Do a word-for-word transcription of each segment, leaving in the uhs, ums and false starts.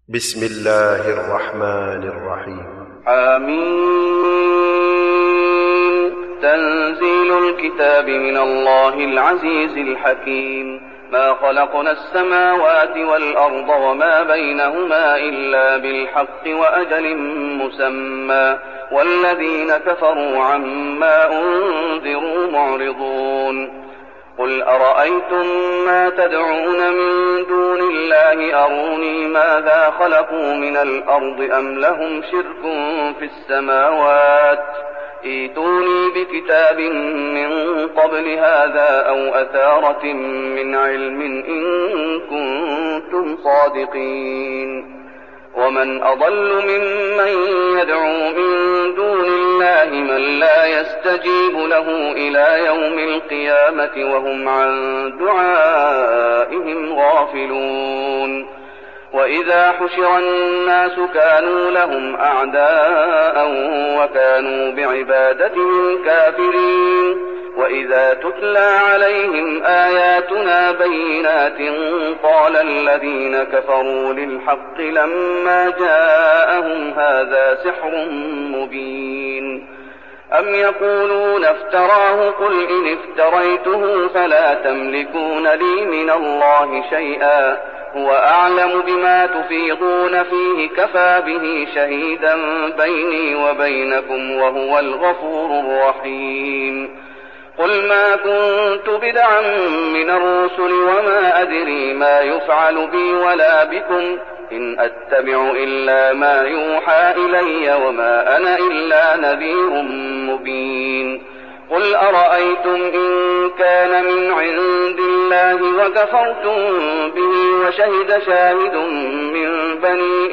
بسم الله الرحمن الرحيم. آمين. تنزيل الكتاب من الله العزيز الحكيم. ما خلقنا السماوات والأرض وما بينهما إلا بالحق وأجل مسمى والذين كفروا عما أنذروا معرضون. قل أرأيتم ما تدعون من دون الله أروني ماذا خلقوا من الأرض أم لهم شرك في السماوات ائتوني بكتاب من قبل هذا أو أثارة من علم إن كنتم صادقين. ومن أضل ممن يدعو من دون الله من لا يستجيب له إلى يوم القيامة وهم عن دعائهم غافلون. وإذا حشر الناس كانوا لهم أعداء وكانوا بعبادتهم كافرين. وإذا تتلى عليهم آياتنا بينات قال الذين كفروا للحق لما جاءهم هذا سحر مبين. أم يقولون افتراه قل إن افتريته فلا تملكون لي من الله شيئا هو أعلم بما تفيضون فيه كفى به شهيدا بيني وبينكم وهو الغفور الرحيم. قل ما كنت بدعا من الرسل وما أدري ما يفعل بي ولا بكم إن أتبع إلا ما يوحى إلي وما أنا إلا نذير مبين. قل أرأيتم إن كان من عند الله وكفرتم به وشهد شاهد من بني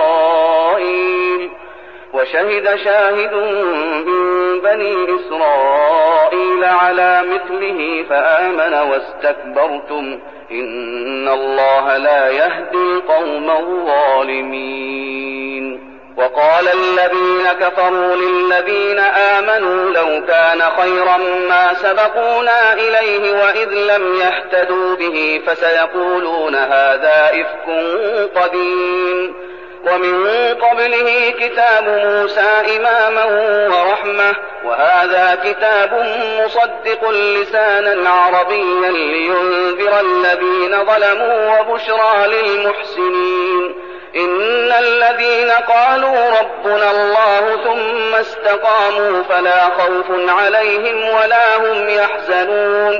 إسرائيل وشهد شاهد من بني إسرائيل على مثله فآمن واستكبرتم إن الله لا يهدي القوم الظالمين. وقال الذين كفروا للذين آمنوا لو كان خيرا ما سبقونا إليه وإذ لم يهتدوا به فسيقولون هذا إفك قديم. ومن قبله كتاب موسى إماما ورحمة وهذا كتاب مصدق لسانا عربيا لينذر الذين ظلموا وبشرى للمحسنين. إن الذين قالوا ربنا الله ثم استقاموا فلا خوف عليهم ولا هم يحزنون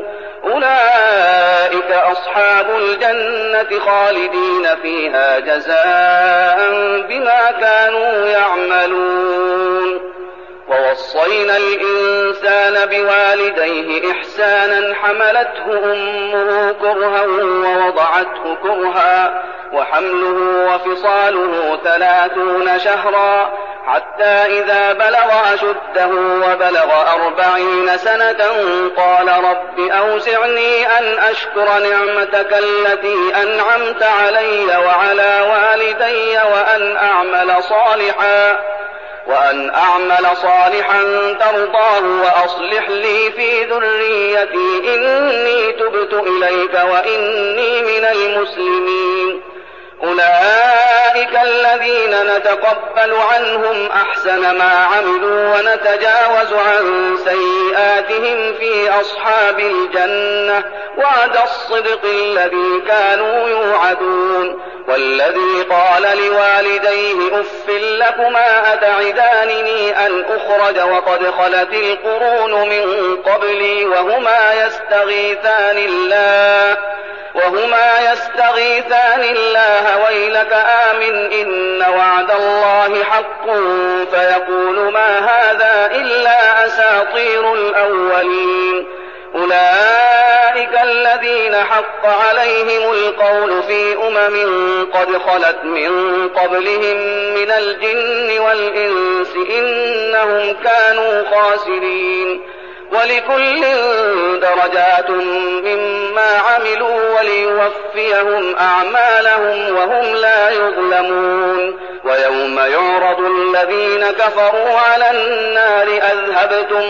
أولئك أصحاب الجنة خالدين فيها جزاء بما كانوا يعملون. ووصينا الإنسان بوالديه إحسانا حملته أمه كرها ووضعته كرها وحمله وفصاله ثلاثون شهرا حتى إذا بلغ أشده وبلغ أربعين سنة قال رب أوزعني أن أشكر نعمتك التي أنعمت علي وعلى والدي وأن أعمل صالحا وأن أعمل صالحا ترضاه وأصلح لي في ذريتي إني تبت إليك وإني من المسلمين. أولئك الذين نتقبل عنهم أحسن ما عملوا ونتجاوز عن سيئاتهم في أصحاب الجنة وعد الصدق الذي كانوا يوعدون. والذي قال لوالديه أف لكما أتعدانني أن أخرج وقد خلت القرون من قبلي وهما يستغيثان الله وهما يستغيثان الله ويلك آمن إن وعد الله حق فيقول ما هذا إلا أساطير الأولين. أولئك الذين حق عليهم القول في أمم قد خلت من قبلهم من الجن والإنس إنهم كانوا خاسرين. ولكل درجات مما عملوا وليوفيهم أعمالهم وهم لا يظلمون. ويوم يعرض الذين كفروا على النار أذهبتم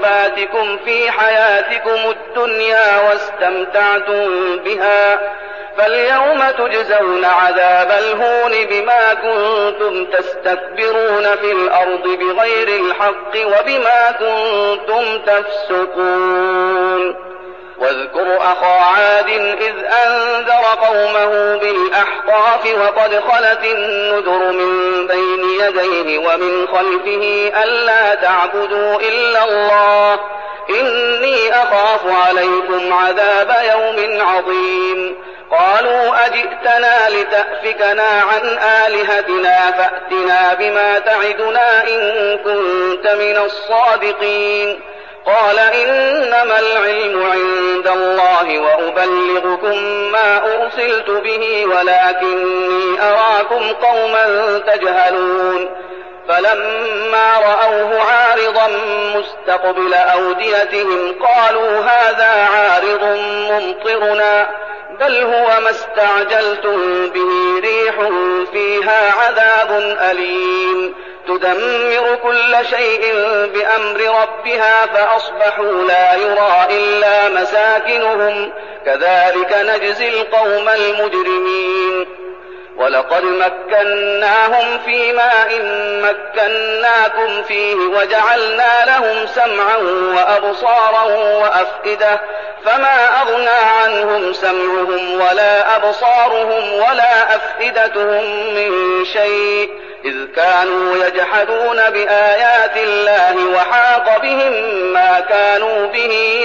طيباتكم في حياتكم الدنيا واستمتعتم بها فاليوم تجزون عذاب الهون بما كنتم تستكبرون في الأرض بغير الحق وبما كنتم تفسقون. واذكر أخا عاد إذ أنذر قومه بالأحقاف وقد خلت النذر من بين يديه ومن خلفه ألا تعبدوا إلا الله إني أخاف عليكم عذاب يوم عظيم. قالوا أجئتنا لتأفكنا عن آلهتنا فأتنا بما تعدنا إن كنت من الصادقين. قال إنما العلم عند الله وأبلغكم ما أرسلت به ولكني أراكم قوما تجهلون. فلما رأوه عارضا مستقبل أوديتهم قالوا هذا عارض ممطرنا بل هو ما استعجلتم به ريح فيها عذاب أليم تدمر كل شيء بأمر ربها فأصبحوا لا يرى إلا مساكنهم كذلك نجزي القوم المجرمين. ولقد مكناهم في ماء مكناكم فيه وجعلنا لهم سمعا وأبصارا وأفئدة فما أغنى عنهم سمعهم ولا أبصارهم ولا أفئدتهم من شيء إذ كانوا يجحدون بآيات الله وحاق بهم ما كانوا به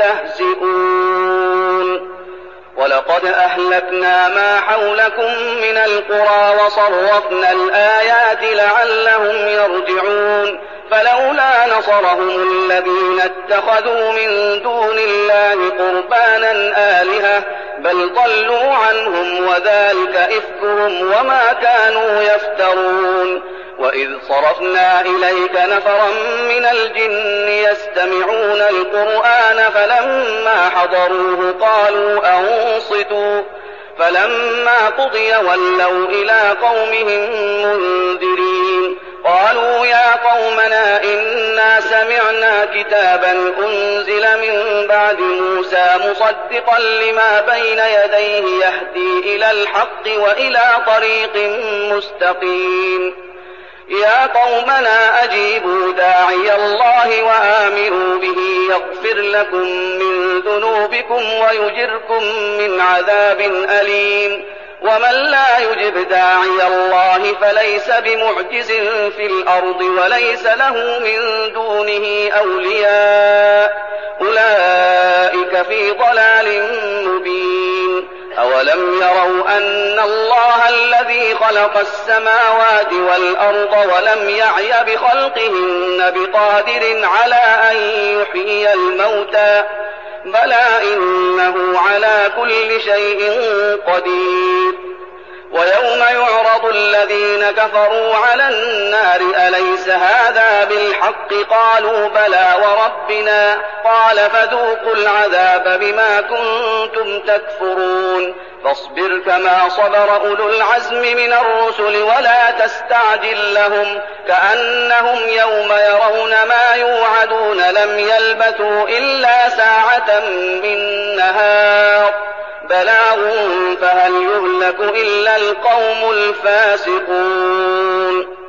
يستهزئون. ولقد أهلكنا ما حولكم من القرى وصرفنا الآيات لعلهم يرجعون. فلولا نصرهم الذين اتخذوا من دون الله قربانا آلهة بل ضلوا عنهم وذلك إفكهم وما كانوا يفترون. وإذ صرفنا إليك نفرا من الجن يستمعون القرآن فلما حضروه قالوا أنصتوا فلما قضي ولوا إلى قومهم منذرين. قالوا يا قومنا إنا سمعنا كتابا أنزل من بعد موسى مصدقا لما بين يديه يهدي إلى الحق وإلى طريق مستقيم. يا قومنا أجيبوا داعي الله وآمنوا به يغفر لكم من ذنوبكم ويجركم من عذاب أليم. ومن لا يجب داعي الله فليس بمعجز في الأرض وليس له من دونه أولياء أولئك في ضلال مبين. أولم يروا أن الله الذي خلق السماوات والأرض ولم يعي بخلقهن بقادر على أن يحيي الموتى بلى إنه على كل شيء قدير. ويوم يعرض الذين كفروا على النار أليس هذا بالحق قالوا بلى وربنا قال فذوقوا العذاب بما كنتم تكفرون. فاصبر كما صبر أولو العزم من الرسل ولا تستعجل لهم كأنهم يوم يرون ما يوعدون لم يلبثوا إلا ساعة من نهار بلاغ فهل يهلك إلا القوم الفاسقون.